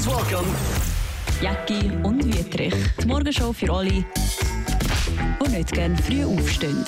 Please welcome Jacki und Wietrich. Die Morgenshow für alle, die nicht gerne früh aufstehen.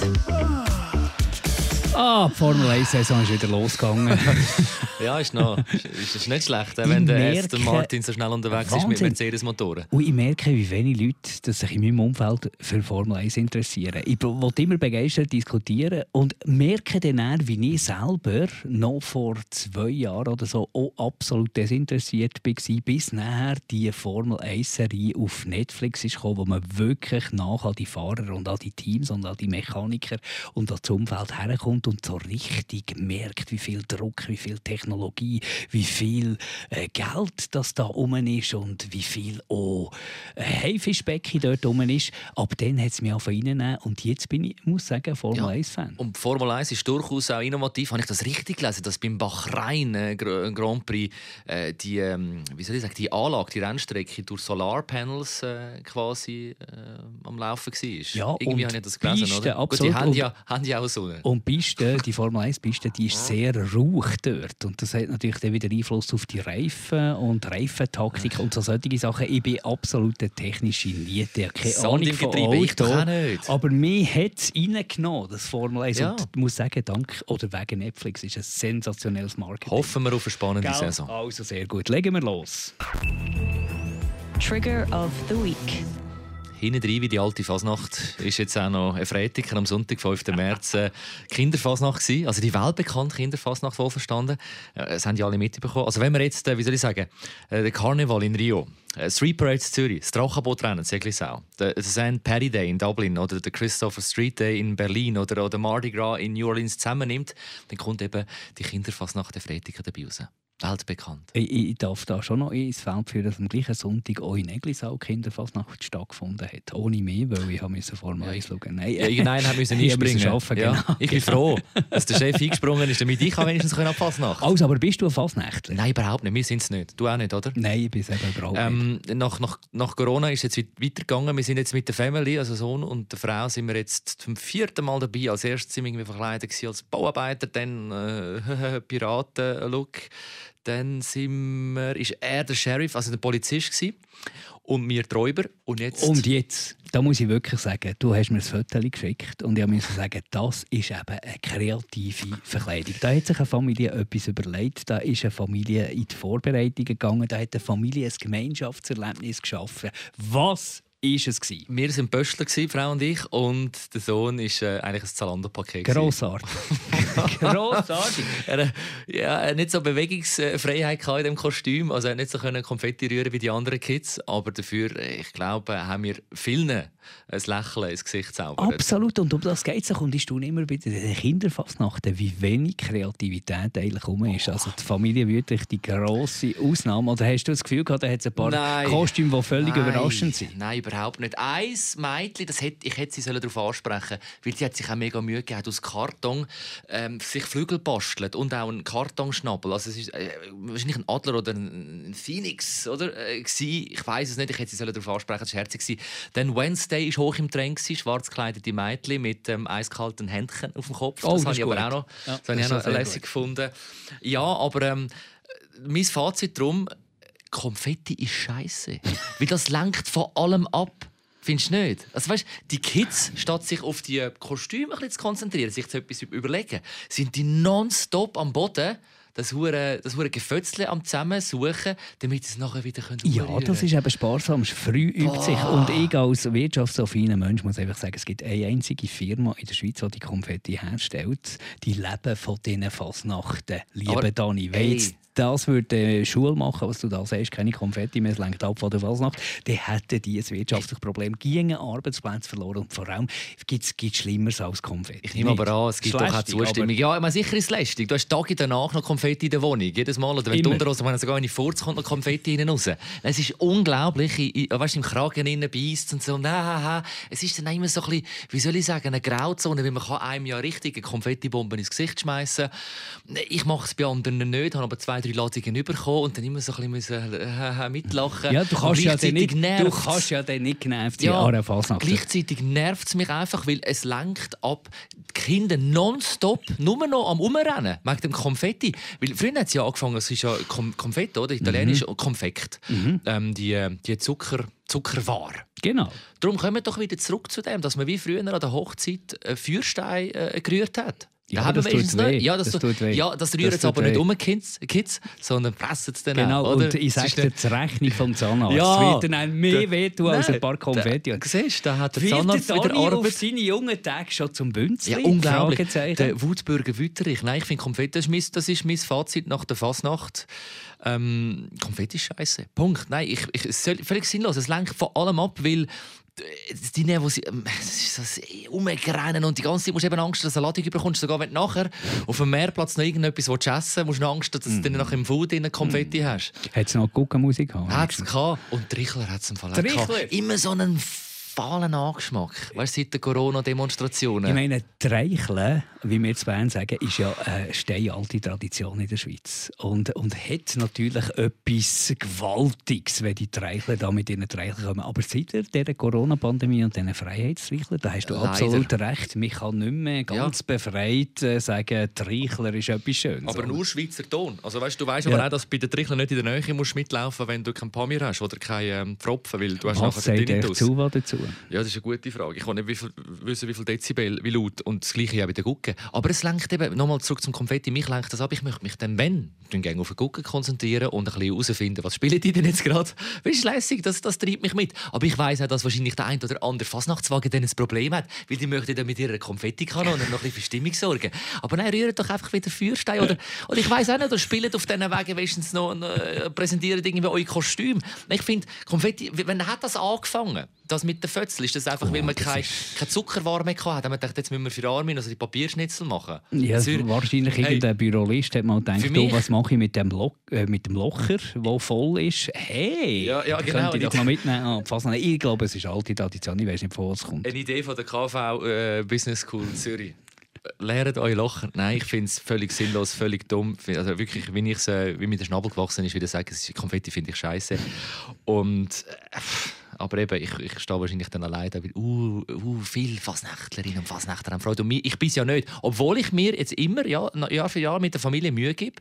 Die Formel 1-Saison ist wieder losgegangen. Ja, ist nicht schlecht, wenn der Martin so schnell unterwegs ist mit Mercedes-Motoren. Und ich merke, wie wenig Leute dass sich in meinem Umfeld für Formel 1 interessieren. Ich will immer begeistert diskutieren und merke dann eher, wie ich selber noch vor 2 Jahren oder so auch absolut desinteressiert war, bis nachher die Formel 1-Serie auf Netflix ist gekommen, wo man wirklich nach an die Fahrer und an die Teams und an die Mechaniker und an das Umfeld herkommt und so richtig merkt, wie viel Druck, wie viel Technologie, wie viel Geld das da rum ist und wie viel Haifischbecken dort rum ist. Aber dann hat es mich reingenommen und jetzt bin ich, muss sagen, Formel 1-Fan. Und Formel 1 ist durchaus auch innovativ. Habe ich das richtig gelesen, dass beim Bahrain Grand Prix die Anlage, die Rennstrecke durch Solarpanels quasi am Laufen war? Ja, irgendwie habe ich das gelesen, Piste, oder? Gut, die haben ja auch Sonne. Und die Formel 1-Piste, die ist sehr rauch dort. Und das hat natürlich dann wieder Einfluss auf die Reifen und Reifentaktik und so solche Sachen. Ich bin absolut der technische Niete. Keine Ahnung von Auto. Aber mich hat es reingenommen, das Formel 1. Ja. Und ich muss sagen, dank oder wegen Netflix ist ein sensationelles Marketing. Hoffen wir auf eine spannende Saison. Also sehr gut. Legen wir los. Trigger of the Week. Hinten drin wie die alte Fasnacht ist jetzt auch noch ein Freitag, am Sonntag, 5. März, Kinderfasnacht gewesen. Also die weltbekannte Kinderfasnacht, wohl verstanden. Das haben die alle mitbekommen. Also wenn wir jetzt, der Karneval in Rio, Street Parades in Zürich, das Drachenbootrennen, Seglisau, der St. Paddy Day in Dublin oder der Christopher Street Day in Berlin oder Mardi Gras in New Orleans zusammennimmt, dann kommt eben die Kinderfasnacht der Freitag dabei raus. Weltbekannt. Ich darf da schon noch ins Feld führen, dass am gleichen Sonntag auch in Eglisau Kinderfasnacht stattgefunden hat. Ohne mich, weil ich musste Formel 1 schauen. Nein, irgendeiner musste einspringen. Genau. Ich bin froh, dass der Chef eingesprungen ist, damit ich wenigstens an Fasnacht. Also, aber bist du ein Fasnächtler? Nein, überhaupt nicht. Wir sind es nicht. Du auch nicht, oder? Nein, ich bin es eben überhaupt nicht. Nach Corona ist es jetzt weitergegangen. Wir sind jetzt mit der Family, also Sohn und der Frau, sind wir jetzt zum 4. Mal dabei. Als erstes sind wir verkleidet als Bauarbeiter, dann Piraten-Look. Dann ist er der Sheriff, also der Polizist gewesen, und wir die Räuber. Und jetzt, da muss ich wirklich sagen, du hast mir das Foto geschickt und ich musste sagen, das ist eben eine kreative Verkleidung. Da hat sich eine Familie etwas überlegt, da ist eine Familie in die Vorbereitung gegangen, da hat eine Familie ein Gemeinschaftserlebnis geschaffen. Was ist es gewesen? Wir waren Pöstler, Frau und ich, und der Sohn war eigentlich ein Zalando-Paket. Grossartig. Grossartig. Er hat nicht so Bewegungsfreiheit in diesem Kostüm, also er hat nicht so Konfetti rühren wie die anderen Kids, aber dafür, ich glaube, haben wir vielen ein Lächeln ins Gesicht zaubert. Absolut, und um das geht es auch. Und ich staune immer bei den Kinderfasnachten, wie wenig Kreativität eigentlich rum ist. Also die Familie Wüthrich die grosse Ausnahme. Oder hast du das Gefühl gehabt, da hat es ein paar Kostüme, die völlig überraschend sind? Nein, überhaupt nicht. Ein Mädchen, ich hätte sie darauf ansprechen sollen, weil sie hat sich auch mega Mühe gegeben, aus Karton sich Flügel bastelt und auch einen Kartonschnabel. Also es ist wahrscheinlich ein Adler oder ein Phoenix, oder? Ich weiss es nicht, ich hätte sie darauf ansprechen sollen, das war herzig. Dann Wednesday war hoch im Trend, schwarz gekleidete Mädchen mit eiskalten Händchen auf dem Kopf. Das habe ich aber auch noch, das habe ich auch noch lässig gefunden. Ja, aber mein Fazit darum, Konfetti ist scheisse. Weil das lenkt von allem ab. Findest du nicht? Also weißt, die Kids, statt sich auf die Kostüme ein bisschen zu konzentrieren, sich zu etwas überlegen, sind die nonstop am Boden das hure Gefötzle am Zusammensuchen, damit sie es nachher wieder ja, das ist eben sparsam. Früh übt sich. Und ich als wirtschaftsaffiner Mensch muss einfach sagen, es gibt eine einzige Firma in der Schweiz, die Konfetti herstellt. Die leben von diesen Fasnachten. Liebe Dani, das würde Schule machen, was du da sagst, keine Konfetti mehr, es lenkt ab von der Fasnacht, dann hätten die ein wirtschaftliches Problem, gingen Arbeitsplätze verloren und vor allem gibt es Schlimmeres als Konfetti. Ich nehme aber an, es gibt doch auch Zustimmung. Ja, ich meine, sicher ist es lästig. Du hast Tage danach noch Konfetti in der Wohnung, jedes Mal. Oder wenn die Unterhose, sogar wenn ich furz, kommt noch Konfetti hinein raus. Es ist unglaublich, weißt, im Kragen innen beisst und so. Es ist dann immer so ein bisschen, wie soll ich sagen, eine Grauzone, weil man kann einem ja richtig eine Konfettibombe ins Gesicht schmeißen. Ich mache es bei anderen nicht, habe aber 2-3 Ladungen bekommen und dann immer so ein bisschen mitlachen. Ja, du kannst ja dann nicht genervt sein an einer Fasnacht. Gleichzeitig nervt es mich einfach, weil es lenkt ab. Die Kinder nonstop nur noch am Umrennen wegen dem Konfetti. Weil früher hat es ja angefangen, es ist ja Konfetto, oder? Italienisch Konfekt. Die Zuckerware. Genau. Darum kommen wir doch wieder zurück zu dem, dass man wie früher an der Hochzeit Feuerstein gerührt hat. Ja, das tut weh. Ja, das tut weh. Ja, das rühren es aber nicht um Kids, sondern pressen es dann genau, auch. Genau, und ich sage dir, die Rechnung vom Zahnarzt ja, wird dann mehr wehtun als ein paar Konfetti. Siehst du, da hat der Wird Zahnarzt der wieder Arbeit. auf seine jungen Tage schon zum Bünzli? Ja, unglaublich. Der Wutbürger Wüterich. Nein, ich finde Konfetti, das ist mein Fazit nach der Fasnacht. Konfetti ist scheiße. Punkt. Nein, es ist völlig sinnlos. Es lenkt von allem ab, weil die Nervosität, das Umrennen und die ganze Zeit musst du eben Angst, dass du eine Ladung bekommst. Sogar wenn du nachher auf dem Meerplatz noch irgendetwas essen willst, musst du noch Angst, dass du dann nachher im Food Konfetti hast. Hat es noch Guckenmusik gehabt? Hat es gehabt. Und Trichler hat es im Fall auch gehabt. Immer so einen fahlen Angeschmack. Weißt du, seit den Corona-Demonstrationen. Ich meine, Treicheln, wie wir zu Bern sagen, ist ja eine steinalte Tradition in der Schweiz. Und hat natürlich etwas Gewaltiges, wenn die Treichler da mit ihren Treicheln kommen. Aber seit dieser Corona-Pandemie und diesen Freiheitstreichlern, da hast du absolut recht. Man kann nicht mehr ganz befreit sagen, Treichler ist etwas Schönes. Aber nur Schweizer Ton. Also, weißt, du weißt aber auch, dass du bei den Treichler nicht in der Nähe musst mitlaufen, wenn du keinen Pamir hast oder keinen Pfropfen, weil du hast was nachher den Tinnitus. Was sagt dazu? Ja, das ist eine gute Frage. Ich kann nicht wissen, wie viel Dezibel, wie laut. Und das Gleiche ja bei den Gucken. Aber es lenkt eben, nochmal zurück zum Konfetti, mich lenkt das ab. Ich möchte mich dann, wenn, auf den Gucken konzentrieren und ein bisschen herausfinden, was spielen die denn jetzt gerade. Das ist lässig, das treibt mich mit. Aber ich weiss auch, dass wahrscheinlich der ein oder andere Fasnachtswagen dann ein Problem hat, weil die möchten dann mit ihrer Konfettikanone noch ein bisschen für Stimmung sorgen. Aber nein, rühren doch einfach wieder Feuerstein. Oder ich weiss auch nicht, oder spielen auf diesen Wegen wenigstens noch, präsentieren irgendwie euer Kostüm. Ich finde, Konfetti, wenn hat das angefangen? Das mit den Fötzeln, ist das einfach, weil man keine Zuckerware mehr hatte. Man dachte, jetzt müssen wir für Armin also die Papierschnitzel machen. Ja, wahrscheinlich irgendein Bürolist hat mal gedacht, was mache ich mit dem Locher, der voll ist? Hey, ja, genau. Könnte ich doch mal mitnehmen? Ich glaube, es ist eine alte Tradition, ich weiß nicht, von wo es kommt. Eine Idee von der KV Business School Zürich. Lernt euch Locher. Nein, ich finde es völlig sinnlos, völlig dumm. Also wirklich, wie mir der Schnabel gewachsen ist, wie ich sage, Konfetti finde ich scheiße. Und aber eben, ich stehe wahrscheinlich dann alleine, weil viele Fasnächtlerinnen und Fasnächter haben Freude. Und ich bin es ja nicht. Obwohl ich mir jetzt immer Jahr für Jahr mit der Familie Mühe gebe,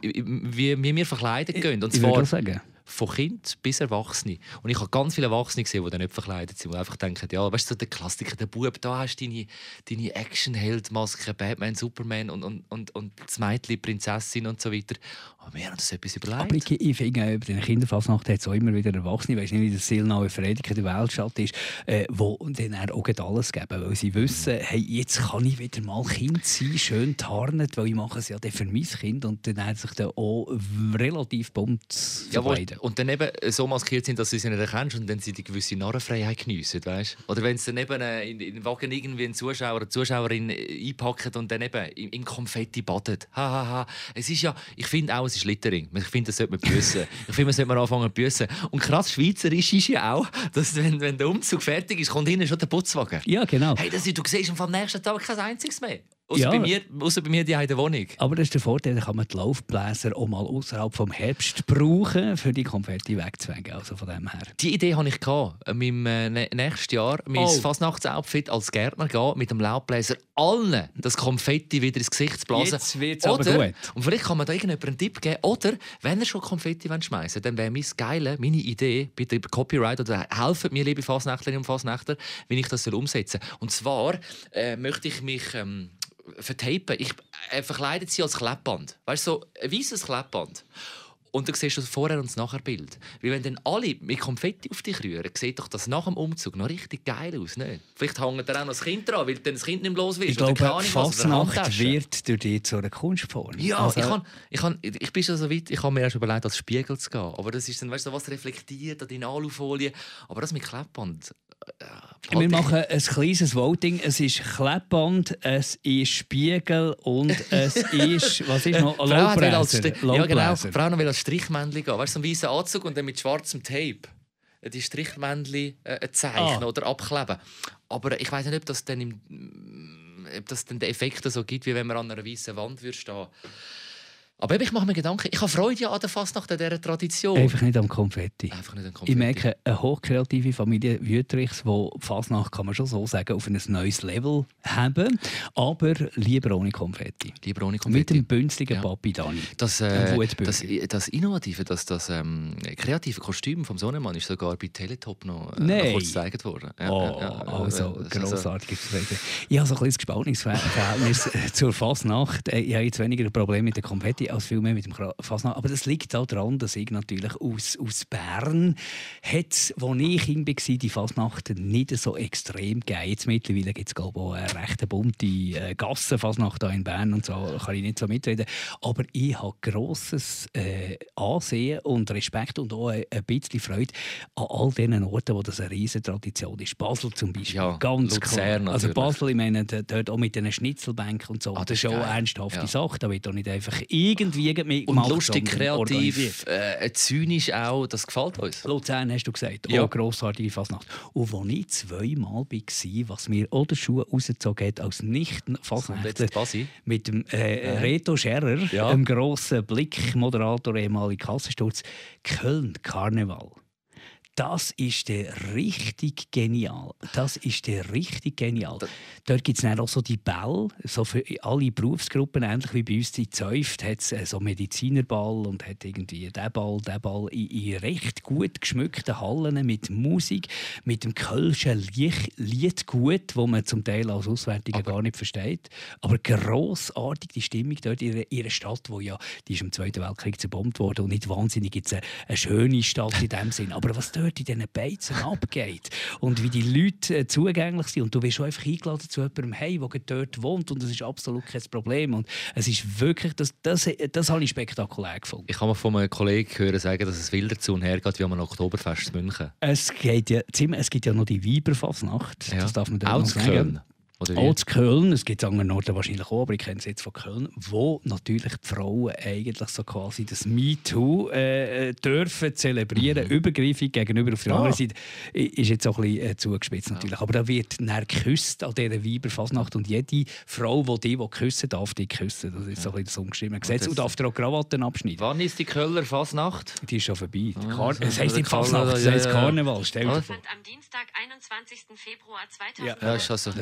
wie wir verkleidet gehen. Und zwar von Kind bis Erwachsene. Und ich habe ganz viele Erwachsene gesehen, die dann nicht verkleidet sind, die einfach denken, ja, weißt du, so der Klassiker, der Bub, da hast du deine Action-Held-Maske, Batman, Superman und das Mädchen, Prinzessin und so weiter. Aber wir haben uns etwas überlegt. Aber ich finde, bei der Kinderfasnacht hat es auch immer wieder Erwachsene, ich weiss nicht, wie das Silnaue Frediker in der Weltstadt ist, die dann auch alles geben, weil sie wissen, hey, jetzt kann ich wieder mal Kind sein, schön tarnet, weil ich mache es ja dann für mein Kind und dann hat sich dann auch relativ bunt verkleiden. Und dann eben so maskiert sind, dass du sie nicht erkennst und dann sie die gewisse Narrenfreiheit geniessen, weißt? Oder wenn sie dann eben in den Wagen irgendwie einen Zuschauer oder Zuschauerin einpacken und dann eben in Konfetti badet. Es ist ja, ich finde auch, es ist Littering. Ich finde, das sollte man büssen. Ich finde, man sollte anfangen zu büssen. Und krass schweizerisch ist ja auch, dass wenn der Umzug fertig ist, kommt hinten schon der Putzwagen. Ja, genau. Hey, du siehst am nächsten Tag kein einziges mehr. Ausser bei mir die in der Wohnung. Aber das ist der Vorteil, da kann man die Laufbläser auch mal außerhalb vom Herbst brauchen, für die Konfetti wegzuwägen. Also von dem her. Die Idee hatte ich im nächsten Jahr mein Fasnachtsoutfit als Gärtner gehen, mit dem Laubbläser allen das Konfetti wieder ins Gesicht zu blasen. Jetzt wird's aber gut. Und vielleicht kann man da irgendjemand einen Tipp geben. Oder, wenn ihr schon Konfetti schmeißen wollt, dann wäre meine Idee, bitte Copyright oder helfen mir, liebe Fasnächtlerinnen und Fasnächter, wie ich das umsetzen soll. Und zwar möchte ich mich vertapen. Ich verkleide sie als Klebband. Weißt du, so ein weißes Klebband. Und dann siehst du das Vorher- und das Nachherbild. Weil wenn dann alle mit Konfetti auf dich rühren, sieht doch das nach dem Umzug noch richtig geil aus. Nicht? Vielleicht hängt da auch noch das Kind dran, weil dann das Kind nicht mehr los wird. Ich glaube, Fasnacht wird durch dich zu einer Kunstform. Ja, also, ich bin schon so weit, ich habe mir erst überlegt, als Spiegel zu gehen. Aber das ist dann, weißt du, was reflektiert an die Alufolie. Aber das mit Klebband... Wir machen ein kleines Voting. Es ist Klebband, es ist Spiegel und es ist, was ist noch? Laubbläser. Ja, genau. Frau noch will als Strichmännchen gehen. Weißt du, so einen weißen Anzug und dann mit schwarzem Tape die Strichmännchen zeichnen oder abkleben. Aber ich weiss nicht, ob das dann den Effekt so gibt, wie wenn man an einer weißen Wand stehen würde. Aber ich mache mir Gedanken, ich habe Freude an der Fasnacht, an dieser Tradition. Einfach nicht am Konfetti. Einfach nicht an Konfetti. Ich merke, eine hochkreative Familie Wüttrichs, die Fasnacht, kann man schon so sagen, auf ein neues Level haben, aber lieber ohne Konfetti. Lieber ohne Konfetti. Mit dem bünzligen Papi Dani. Das Innovative, das kreative Kostüm vom Sohnemann ist sogar bei Teletop noch kurz gezeigt worden. Grossartiges Vertreter. Ich habe so ein bisschen ein gespaltenes Verhältnis zur Fasnacht. Ich habe jetzt weniger ein Problem mit der Konfetti als viel mehr mit dem Fasnacht. Aber das liegt auch daran, dass ich natürlich aus Bern hat, wo ich hin war, die Fasnacht nicht so extrem gegeben. Jetzt mittlerweile gibt es glaube ich auch eine recht bunte Gassenfasnacht hier in Bern und so, kann ich nicht so mitreden. Aber ich habe grosses Ansehen und Respekt und auch ein bisschen Freude an all diesen Orten, wo das eine riesige Tradition ist. Basel zum Beispiel, ja, ganz Luzern klar. Also natürlich. Basel, ich meine, dort auch mit den Schnitzelbänken und so. Das ist schon eine ernsthafte Sache. Da wird doch nicht einfach irgendwie und lustig, kreativ, zynisch auch. Das gefällt uns. Luzern hast du gesagt, ja. Grossartige Fasnacht. Und als ich zweimal war, was mir auch der Schuh rausgezogen hat, als Nicht-Fasnachtler, mit dem Reto Scherrer, einem grossen Blick-Moderator, ehemaliger Kassensturz, Köln Karneval. Das ist richtig genial. Dort gibt es dann auch so die Bälle, so für alle Berufsgruppen, ähnlich wie bei uns in Zäuft, hat es so Medizinerball und hat irgendwie den Ball in recht gut geschmückten Hallen mit Musik, mit dem kölschen Liedgut, wo man zum Teil als Auswärtiger gar nicht versteht. Aber grossartig die Stimmung dort in ihrer Stadt, die ist im Zweiten Weltkrieg zerbombt worden und nicht wahnsinnig jetzt eine schöne Stadt in dem Sinn. Aber was dort in diesen Beizen abgeht und wie die Leute zugänglich sind und du wirst schon einfach eingeladen zu jemandem, hey, der dort wohnt und das ist absolut kein Problem und es ist wirklich, das habe ich spektakulär gefunden. Ich habe mal von einem Kollegen hören sagen, dass es wilder zu und her geht wie am Oktoberfest in München. Es gibt ja noch die Weiberfasnacht, das darf man auch noch sagen. Auch zu Köln, es gibt es an anderen Orten wahrscheinlich auch, aber ich kenne es jetzt von Köln, wo natürlich die Frauen eigentlich so quasi das MeToo dürfen zelebrieren, übergriffig gegenüber. Auf der anderen Seite ist jetzt auch ein bisschen zugespitzt natürlich. Aber da wird dann geküsst an dieser Weiberfasnacht und jede Frau, die küssen darf, die küssen. Das ist so ein bisschen das ungeschriebene Gesetz. Und darf auch Krawatten abschneiden. Wann ist die Kölner Fasnacht? Die ist schon vorbei. Es heisst nicht Fasnacht, es heisst Karneval. Stell dir vor. Am Dienstag, 21. Februar 2000. Ja, ist also.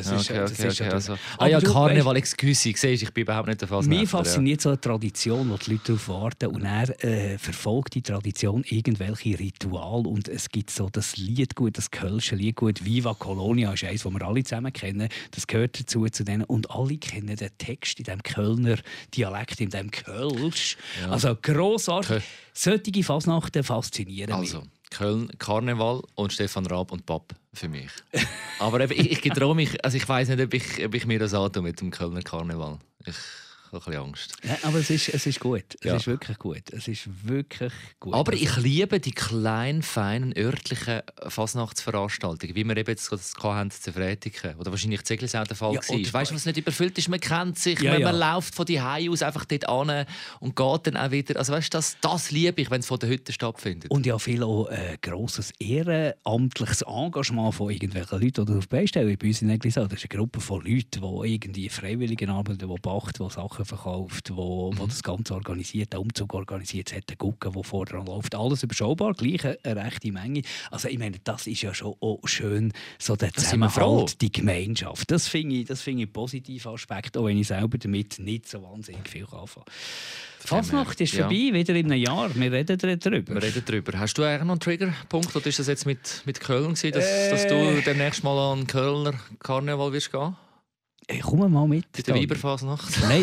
Also. Karneval, excuse, ich bin überhaupt nicht der Fasnacht. Mir fasziniert so eine Tradition, wo die Leute darauf warten und er verfolgt die Tradition irgendwelche Rituale und es gibt so das Liedgut, das kölsche Liedgut, Viva Colonia ist eines, das wir alle zusammen kennen, das gehört dazu zu denen und alle kennen den Text in diesem Kölner Dialekt, in diesem Kölsch. Ja. Also grossartig. Solche Fasnachten faszinieren mich. Köln, Karneval und Stefan Raab und Papp für mich. Aber ich getraue mich, also ich weiss nicht, ob ich mir das antue mit dem Kölner Karneval. Ich habe ein bisschen Angst. Ja, aber es ist gut. Es ist wirklich gut. Es ist wirklich gut. Aber ich liebe die kleinen, feinen, örtlichen Fasnachtsveranstaltungen, wie wir eben jetzt hatten zu Frätiken. Oder wahrscheinlich Zeglis auch der Fall war. Weißt du, was nicht überfüllt ist? Man kennt sich, man läuft von die Hause aus einfach dort an und geht dann auch wieder. Also weißt du, das liebe ich, wenn es von der Hütte stattfindet. Und ja, viel auch grosses ehrenamtliches Engagement von irgendwelchen Leuten, die auf die Beine stellen. Bei uns in Eglisau, das ist eine Gruppe von Leuten, die irgendwie Freiwilligen arbeiten, die backen, die Sachen verkauft, wo das Ganze organisiert, den Umzug organisiert, hat den Gucken, der vorne läuft. Alles überschaubar, gleich eine rechte Menge. Also ich meine, das ist ja schon auch schön, so der Zusammenhalt, die Gemeinschaft. Das finde ich einen positiven Aspekt, auch wenn ich selber damit nicht so wahnsinnig viel anfangen kann. Die Fasnacht ist vorbei, wieder in einem Jahr. Wir reden darüber. Hast du eigentlich noch einen Triggerpunkt oder ist das jetzt mit Köln gewesen, dass du demnächst mal an Kölner Karneval wirst gehen? Ich komme mal mit. Bei der Weiberfasnacht? Nein,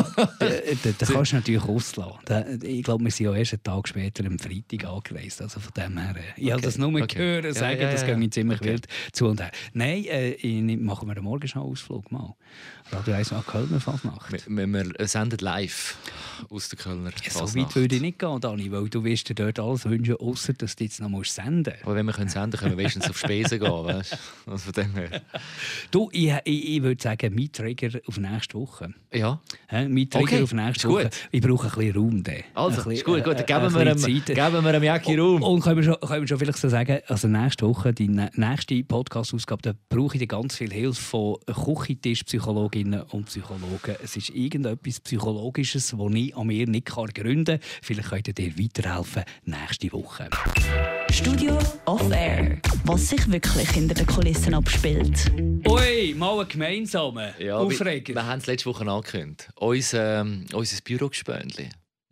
da kannst du natürlich auslassen. Ich glaube, wir sind ja erst einen Tag später am Freitag angereist. Also von dem her, ich habe das nur gehört, sagen, das ging ziemlich wild zu und her. Nein, machen wir einen Morgenschau-Ausflug mal. Radio 1 mal Kölner Fasnacht. Wir senden live aus der Kölner Fasnacht. So weit würde ich nicht gehen, Dani, weil du wirst dir dort alles wünschen, außer dass du jetzt noch senden musst. Aber wenn wir senden können wir wenigstens auf Spesen gehen. Weißt? Also von dem her. Du, ich würde sagen, mein Trigger auf nächste Woche. Ja. Mein Trigger auf nächste Woche. Ich brauche ein bisschen Raum. Also, ist gut. Dann geben wir einem Jacki Raum. Und können wir schon vielleicht so sagen, also nächste Woche, die nächste Podcast-Ausgabe, da brauche ich ganz viel Hilfe von Küchentischpsychologinnen und Psychologen. Es ist irgendetwas Psychologisches, das ich an mir nicht gründen kann. Vielleicht könnt ihr dir weiterhelfen nächste Woche. Studio Off Air. Was sich wirklich hinter den Kulissen abspielt. Ui, mal ein gemeinsamer Aufreger. Wir haben es letzte Woche angekündigt. Unser Bürogespönli.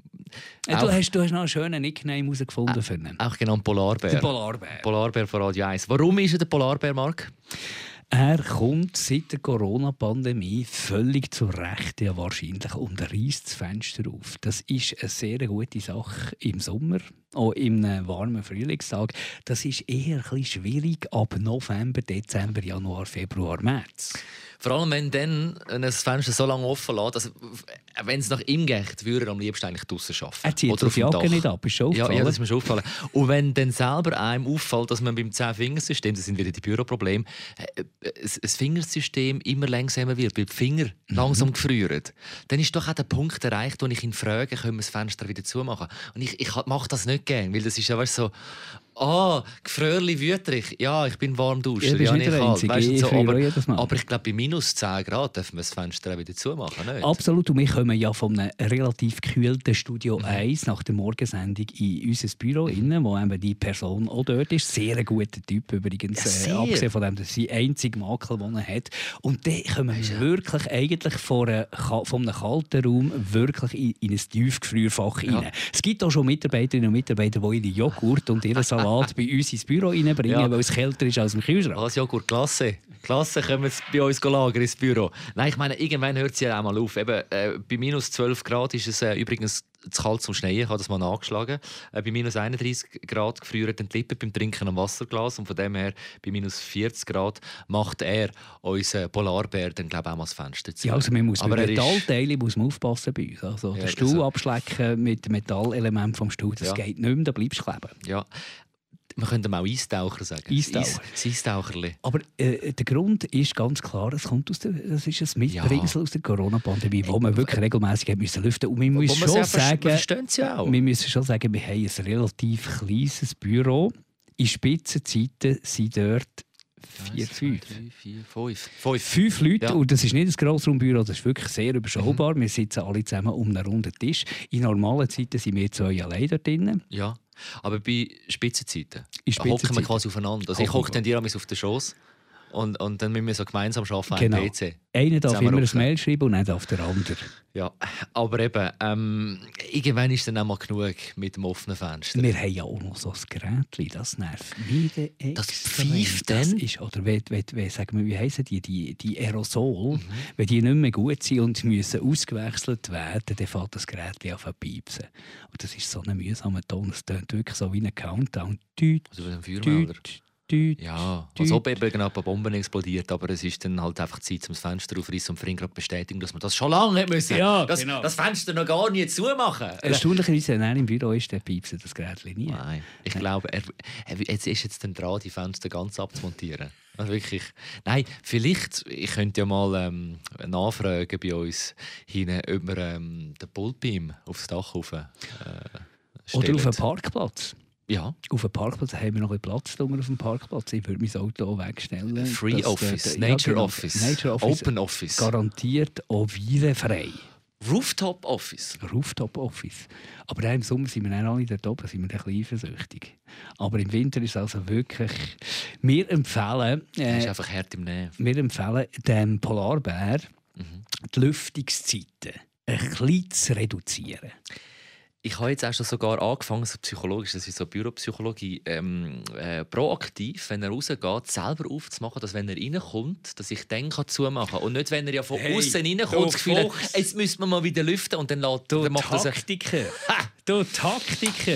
Du hast noch einen schönen Nickname herausgefunden für ihn. Auch genannt Polarbär. Der Polarbär. Polarbär von Radio 1. Warum ist er der Polarbär, Marc? Er kommt seit der Corona-Pandemie völlig zu Recht ja wahrscheinlich und reißt das Fenster auf. Das ist eine sehr gute Sache im Sommer, auch im warmen Frühlingstag. Das ist eher ein bisschen schwierig ab November, Dezember, Januar, Februar, März. Vor allem, wenn dann ein Fenster so lange offen lässt, also, wenn es nach ihm geht, würde er am liebsten eigentlich draussen arbeiten. Er zieht die Jacke nicht ab, ist schon aufgefallen. Ja, das ist mir schon aufgefallen. Und wenn dann selber einem auffällt, dass man beim 10-Fingersystem, das sind wieder die Büroprobleme, das Fingersystem immer langsamer wird, weil die Finger langsam gefrieren, dann ist doch auch der Punkt erreicht, wo ich ihn frage, können wir das Fenster wieder zumachen? Und ich mache das nicht gerne, weil das ist ja weißt, so... Gefröhrli wütrig. Ja, ich bin Warmduscher. Ja, nicht kalt. Weißt, so, aber ich glaube, bei minus 10 Grad dürfen wir das Fenster wieder zumachen. Nicht? Absolut. Und wir kommen ja von einem relativ gekühlten Studio 1 nach der Morgensendung in unser Büro, wo eben die Person auch dort ist. Sehr ein guter Typ übrigens. Ja, abgesehen von dem, dass sie einzige Makel, den er hat. Und dann kommen wir wirklich eigentlich von einem kalten Raum wirklich in ein Tiefgefrierfach rein. Es gibt auch schon Mitarbeiterinnen und Mitarbeiter, die ihre Joghurt und ihre Salat bei uns ins Büro reinbringen, weil es kälter ist als im Kühlschrank. Was Joghurt, klasse. Klasse, können wir bei uns lagern ins Büro. Nein, ich meine, irgendwann hört es ja auch mal auf. Eben, bei minus 12 Grad ist es übrigens zu kalt zum Schneien, ich habe das mal nachgeschlagen. Bei minus 31 Grad gefrieren die Lippen beim Trinken am Wasserglas und von dem her bei minus 40 Grad macht er unseren Polarbär dann glaube ich auch mal das Fenster zu. Ja, also man muss bei Metallteilen muss man aufpassen bei uns. Also den Stuhl abschlecken mit dem Metallelement vom Stuhl, das geht nicht mehr, da bleibst du kleben. Ja. Man könnte mal Eistaucher sagen. Eistaucherli. Aber der Grund ist ganz klar, das ist ein Mitbringsel aus der Corona-Pandemie, wo man wirklich regelmäßig lüften musste. Und wir müssen schon sagen, wir haben ein relativ kleines Büro. In Spitzenzeiten sind dort 5 Leute. Ja. Und das ist nicht ein Grossraumbüro, das ist wirklich sehr überschaubar. Wir sitzen alle zusammen um einen runden Tisch. In normalen Zeiten sind wir 2 allein dort drin. Ja. Aber bei Spitzenzeiten hocken wir quasi aufeinander. Also ich hocke dann dir auf den Schoss und dann müssen wir so gemeinsam arbeiten am PC. Einer darf immer ein Mail schreiben und dann darf der andere. Ja, aber eben, irgendwann ist dann auch mal genug mit dem offenen Fenster. Wir haben ja auch noch so ein Gerät, das nervt mich. Das pfeift dann? Oder wie heissen die Aerosol, wenn die nicht mehr gut sind und müssen ausgewechselt werden, dann fängt das Gerät an zu piepsen. Und das ist so ein mühsamer Ton, es tönt wirklich so wie ein Countdown. Also wie ein Feuermelder. Ja, als ob eben genau eine Bombe explodiert, aber es ist dann halt einfach Zeit, um das Fenster aufreißen und für ihn gerade bestätigen, dass man das schon lange nicht müssen. Ja, das Fenster noch gar nicht zumachen. Erstaunlicherweise, wenn er im Büro ist, dann piepst das Gerät nie. Nein, ich glaube, er ist jetzt dann dran, die Fenster ganz abzumontieren. Also wirklich. Nein, vielleicht, ich könnte ja mal nachfragen bei uns hinten, ob wir den Pultbeam aufs Dach rauf oder auf einen Parkplatz. Ja. Auf dem Parkplatz haben wir noch ein Platz auf dem Parkplatz. Ich würde mein Auto auch wegstellen. Free Office, Nature Office, Open Office. Garantiert auch virenfrei. Rooftop Office. Aber im Sommer sind wir dann alle dort oben, sind wir ein bisschen eifersüchtig. Aber im Winter ist es also wirklich... Wir empfehlen... ist einfach hart im Nerv. Wir empfehlen dem Polarbär die Lüftungszeiten ein bisschen zu reduzieren. Ich habe jetzt auch schon sogar angefangen, so psychologisch, das ist so Büropsychologie, proaktiv, wenn er rausgeht, selber aufzumachen, dass wenn er reinkommt, dass ich dann zumachen kann. Und nicht, wenn er ja von außen reinkommt, das Gefühl hat, jetzt müssen wir mal wieder lüften und dann macht er Taktiker. Du Taktiker.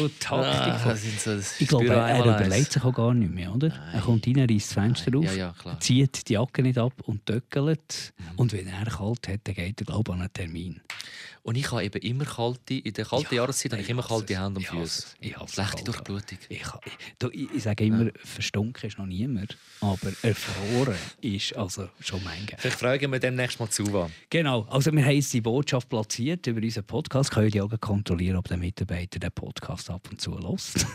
Ich glaube, er überlegt sich auch gar nicht mehr, oder? Er kommt rein, reißt das Fenster auf, zieht die Jacke nicht ab und töckelt. Und wenn er kalt hat, dann geht er, glaube ich, an einen Termin. Und ich habe eben immer in der kalten Jahreszeit habe ich immer kalte Hände und Füße. Schlechte Durchblutung. Ich sage immer, verstunken ist noch niemand, aber erfroren ist also schon manche. Vielleicht fragen wir demnächst mal zu. Genau, also wir haben die Botschaft platziert über unseren Podcast. Können die auch kontrollieren, ob der Mitarbeiter den Podcast ab und zu hört.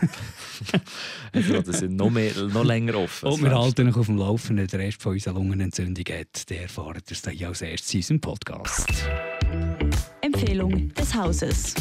Also, das sind noch länger offen. Und wir halten noch auf dem Laufenden. Der Rest von unserer Lungenentzündung hat, der erfahrt ihr dann als erstes in unserem Podcast. Empfehlung des Hauses.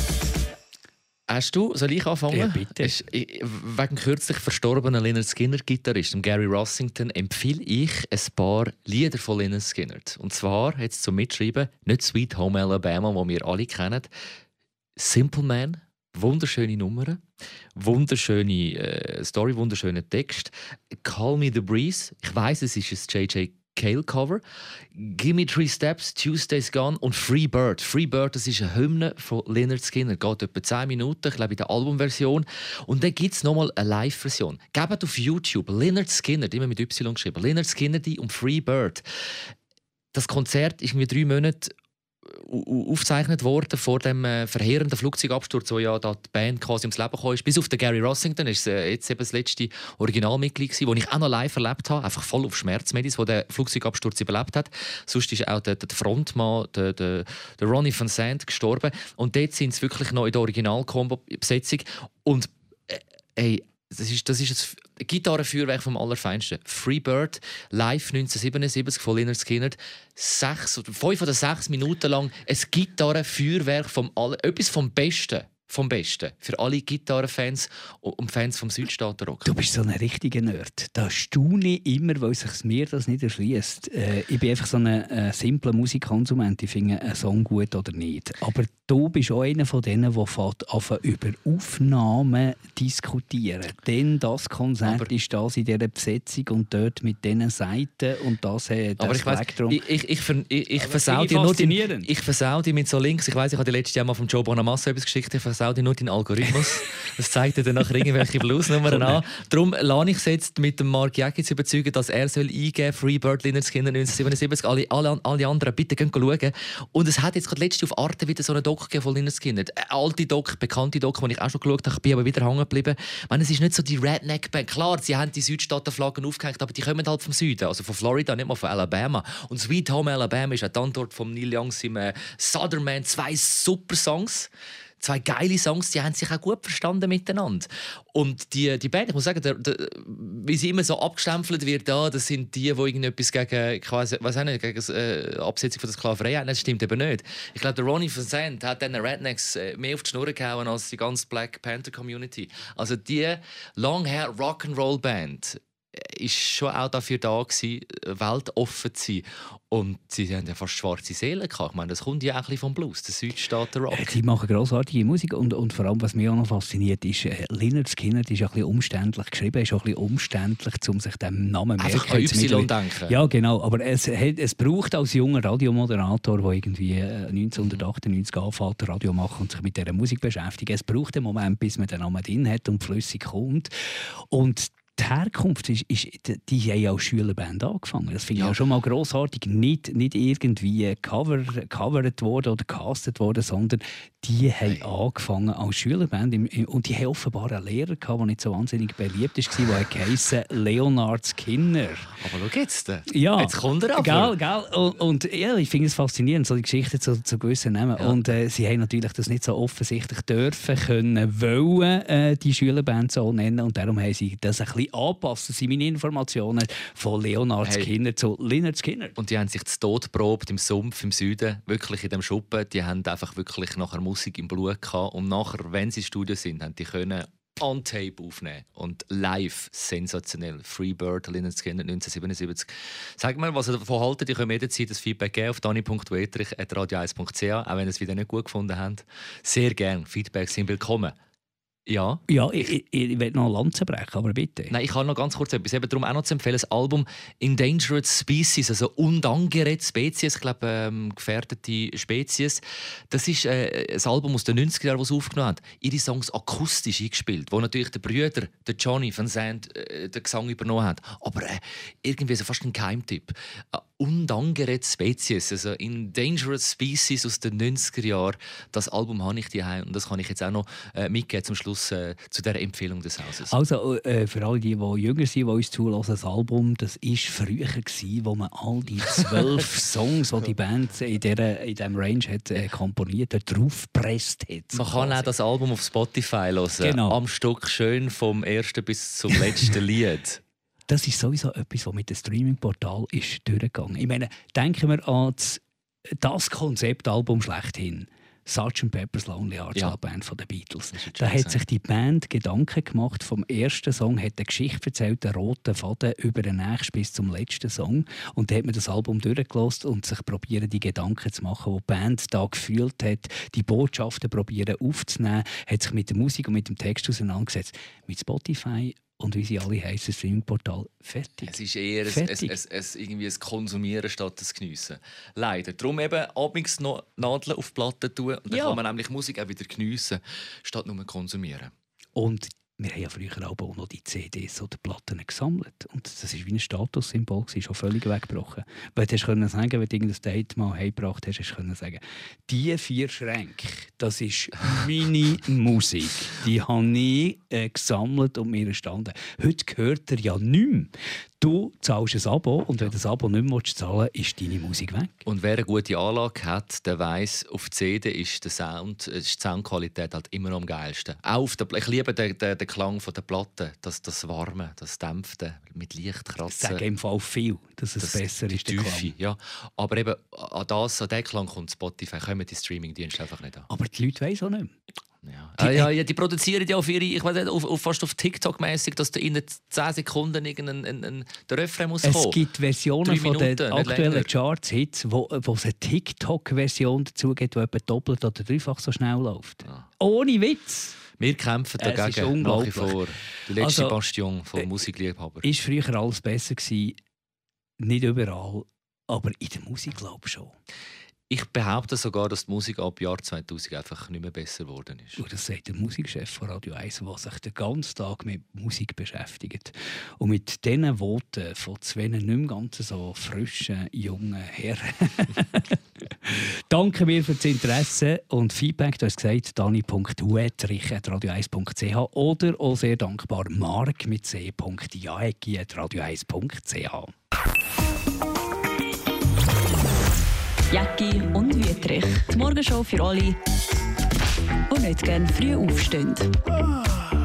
Soll ich anfangen? Ja, bitte. Wegen kürzlich verstorbenen Lynyrd Skynyrd-Gitarrist, Gary Rossington, empfehle ich ein paar Lieder von Lynyrd Skynyrd. Und zwar, jetzt zum Mitschreiben, nicht «Sweet Home Alabama», die wir alle kennen, «Simple Man», wunderschöne Nummern, wunderschöne Story, wunderschöner Text, «Call Me the Breeze», ich weiss, es ist ein J.J. Cale-Cover, «Gimme 3 Steps», «Tuesday's Gone» und «Free Bird». «Free Bird», das ist eine Hymne von Lynyrd Skynyrd, geht etwa 10 Minuten, ich glaube in der Albumversion. Und dann gibt es nochmal eine Live-Version. Gebt auf YouTube Lynyrd Skynyrd, immer mit Y geschrieben, Lynyrd Skynyrd und «Free Bird». Das Konzert ist irgendwie 3 Monate aufgezeichnet worden vor dem verheerenden Flugzeugabsturz, wo ja da die Band quasi ums Leben gekommen ist. Bis auf den Gary Rossington ist jetzt eben das letzte Originalmitglied gewesen, das ich auch noch live erlebt habe, einfach voll auf Schmerzmedis, wo der Flugzeugabsturz überlebt hat. Sonst ist auch der Frontmann, der Ronnie Van Zandt, gestorben. Und dort sind sie wirklich noch in der Original-Combo-Besetzung. Und das ist ein Gitarrenfeuerwerk vom Allerfeinsten. «Free Bird», live 1977 von Lynyrd Skynyrd. 5 oder 6 Minuten lang ein Gitarrenfeuerwerk etwas vom Besten. Vom Besten. Für alle Gitarrenfans und Fans vom Südstaatenrock. Du bist so ein richtiger Nerd. Da staune ich immer, weil sich mir das nicht erschließt. Ich bin einfach so ein simpler Musikkonsument. Ich finde einen Song gut oder nicht. Aber du bist auch einer von denen, der anfängt, über Aufnahmen diskutieren. Denn das Konzert ist das in dieser Besetzung und dort mit diesen Seiten und das Spektrum. Ich versau dir mit so Links. Ich weiss, ich habe dir letztes Jahr mal vom Joe Bonamassa etwas geschickt. Ich versau dir nur deinen Algorithmus. Das zeigt dir dann nachher irgendwelche Bluesnummern an. Darum lasse ich es jetzt mit dem Mark Jäcki zu überzeugen, dass er soll eingeben «Free Bird», Lynyrd Skynyrd 1977. Alle anderen bitte gehen schauen. Und es hat jetzt gerade letzte auf Arte wieder so eine Doku von Lynyrd Skynyrd. Eine alte Doku, bekannte Doku, die ich auch schon geschaut habe. Ich bin aber wieder hängen geblieben. Ich meine, es ist nicht so die Redneck-Band. Klar, sie haben die Südstaatenflaggen aufgehängt, aber die kommen halt vom Süden, also von Florida, nicht mal von Alabama. Und «Sweet Home Alabama» ist auch die Antwort von Neil Young im «Southern Man». 2 super Songs. 2 geile Songs, die haben sich auch gut verstanden miteinander. Und die Band, ich muss sagen, wie sie immer so abgestempelt wird, das sind die irgendetwas gegen, gegen das Absetzung von der Sklaverei haben. Das stimmt eben nicht. Ich glaube, der Ronnie Van Zandt hat den Rednecks mehr auf die Schnur gehauen als die ganze Black Panther Community. Also die Long-Hair Rock'n'Roll Band ist schon auch dafür da gewesen, weltoffen zu sein. Und sie haben ja fast schwarze Seelen gehabt. Ich meine, das kommt ja auch ein bisschen vom Blues, der Südstaaten-Rock. Die machen grossartige Musik und vor allem, was mich auch noch fasziniert, ist, Lynyrd Skynyrd ist ein bisschen umständlich geschrieben, ist auch ein bisschen umständlich, um sich dem Namen zu merken. Einfach an Y denken. Ja, genau. Aber es braucht als junger Radiomoderator, der irgendwie 1998 anfängt, Radio machen und sich mit dieser Musik beschäftigt, es braucht einen Moment, bis man den Namen drin hat und flüssig kommt. Und die Herkunft die haben ja als Schülerband angefangen. Das finde ich ja schon mal grossartig. Nicht irgendwie gecovert worden oder castet worden, sondern die haben angefangen als Schülerband. Und die haben offenbar einen Lehrer gehabt, der nicht so wahnsinnig beliebt war, der heisst Leonard Skinner. Aber schau jetzt. Ja, jetzt kommt er aber. Gell. Und ja, ich finde es faszinierend, so die Geschichten zu gewissen Namen. Ja. Und sie haben natürlich das nicht so offensichtlich wollen, die Schülerband so nennen. Und darum haben sie das ein bisschen angepasst. Das sind meine Informationen von Leonard Skinner zu Lynyrd Skynyrd. Und die haben sich zu Tod geprobt im Sumpf im Süden, wirklich in dem Schuppen. Die haben einfach wirklich nachher Musik im Blut gehabt. Und nachher, wenn sie im Studio sind, haben die können on Tape aufnehmen. Und live sensationell. «Free Bird», Lynyrd Skynyrd 1977. Sag mal, was ihr davon haltet. Ihr könnt jederzeit das Feedback geben auf dani.wetrich@radio1.ch, auch wenn ihr es wieder nicht gut gefunden habt. Sehr gerne. Feedback sind willkommen. Ja, ich will noch eine Lanze brechen, aber bitte. Nein, ich habe noch ganz kurz etwas. Eben darum auch noch zu empfehlen, das Album «Endangered Species», also «Unangeredete Spezies», ich glaube, gefährdete Spezies. Das ist ein Album aus den 90er Jahren, das sie aufgenommen hat. Ihre Songs akustisch eingespielt, wo natürlich der Brüder, der Johnny Van Zandt, den Gesang übernommen hat. Aber irgendwie so fast ein Geheimtipp. Endangered Species, also Endangered Species aus den 90er Jahren. Das Album habe ich daheim und das kann ich jetzt auch noch mitgeben zum Schluss zu dieser Empfehlung des Hauses. Also für alle, die jünger sind, die uns zulassen, das Album, das war früher, wo man all die 12 Songs, die die Band in diesem Range hat, komponiert hat, draufgepresst hat. Man kann auch das Album auf Spotify hören. Genau. Am Stück schön vom ersten bis zum letzten Lied. Das ist sowieso etwas, was mit dem Streaming-Portal ist durchgegangen. Ich meine, denken wir an das Konzeptalbum schlechthin. Sgt. Pepper's Lonely Hearts Band von den Beatles. Da hat sich die Band Gedanken gemacht. Vom ersten Song hat eine Geschichte erzählt, den roten Faden über den nächsten bis zum letzten Song. Und da hat man das Album durchgelassen und sich probieren, die Gedanken zu machen, die Band da gefühlt hat, die Botschaften probieren aufzunehmen, hat sich mit der Musik und mit dem Text auseinandergesetzt. Mit Spotify und wie sie alle heissen, Streaming-Portal, fertig. Es ist eher irgendwie ein Konsumieren statt ein Geniessen. Leider. Darum eben abends noch Nadeln auf die Platte tun und dann kann man nämlich Musik auch wieder geniessen, statt nur konsumieren. Und wir haben ja früher auch noch die CDs oder Platten gesammelt. Und das war wie ein Statussymbol, schon völlig weggebrochen. Weil du können sagen, wenn du irgendein Date mal heimgebracht hast, hast du sagen, die 4 Schränke, das ist meine Musik. Die habe ich gesammelt und mir erstanden. Heute gehört er ja nicht mehr. Du zahlst ein Abo und wenn du das Abo nicht mehr zahlen willst, ist deine Musik weg. Und wer eine gute Anlage hat, der weiss, auf CD ist die Soundqualität halt immer am geilsten. Auch ich liebe den Klang der Platte, das Warme, das Dämpfte, mit Lichtkratzen. Ich sage im Fall viel, dass es besser ist, der Klang. Ja. Aber eben an diesen Klang kommt Spotify, kommen die Streaming-Dienste einfach nicht an. Aber die Leute weiss auch nicht mehr. Die produzieren ja auf ihre, ich weiß nicht, fast auf TikTok-mäßig, dass da in 10 Sekunden der Refrain muss kommen. Es gibt Versionen von den aktuellen Charts-Hits, wo es eine TikTok-Version dazu gibt, die etwa doppelt oder dreifach so schnell läuft. Ja. Ohne Witz! Wir kämpfen dagegen nach wie vor. Die letzte Bastion von Musikliebhabern. Ist früher alles besser gewesen? Nicht überall, aber in der Musik glaube ich schon. Ich behaupte sogar, dass die Musik ab Jahr 2000 einfach nicht mehr besser geworden ist. Und das sagt der Musikchef von Radio 1, der sich den ganzen Tag mit Musik beschäftigt. Und mit diesen Worten von 2 nicht mehr ganz so frischen, jungen Herren danke mir für das Interesse und Feedback. Du hast gesagt, dani.huetrich@radio1.ch oder auch sehr dankbar Mark mit c.jaegi@radio1.ch. Jäcki und Wüthrich. Die Morgenshow für alle, die nicht gerne früh aufstehen.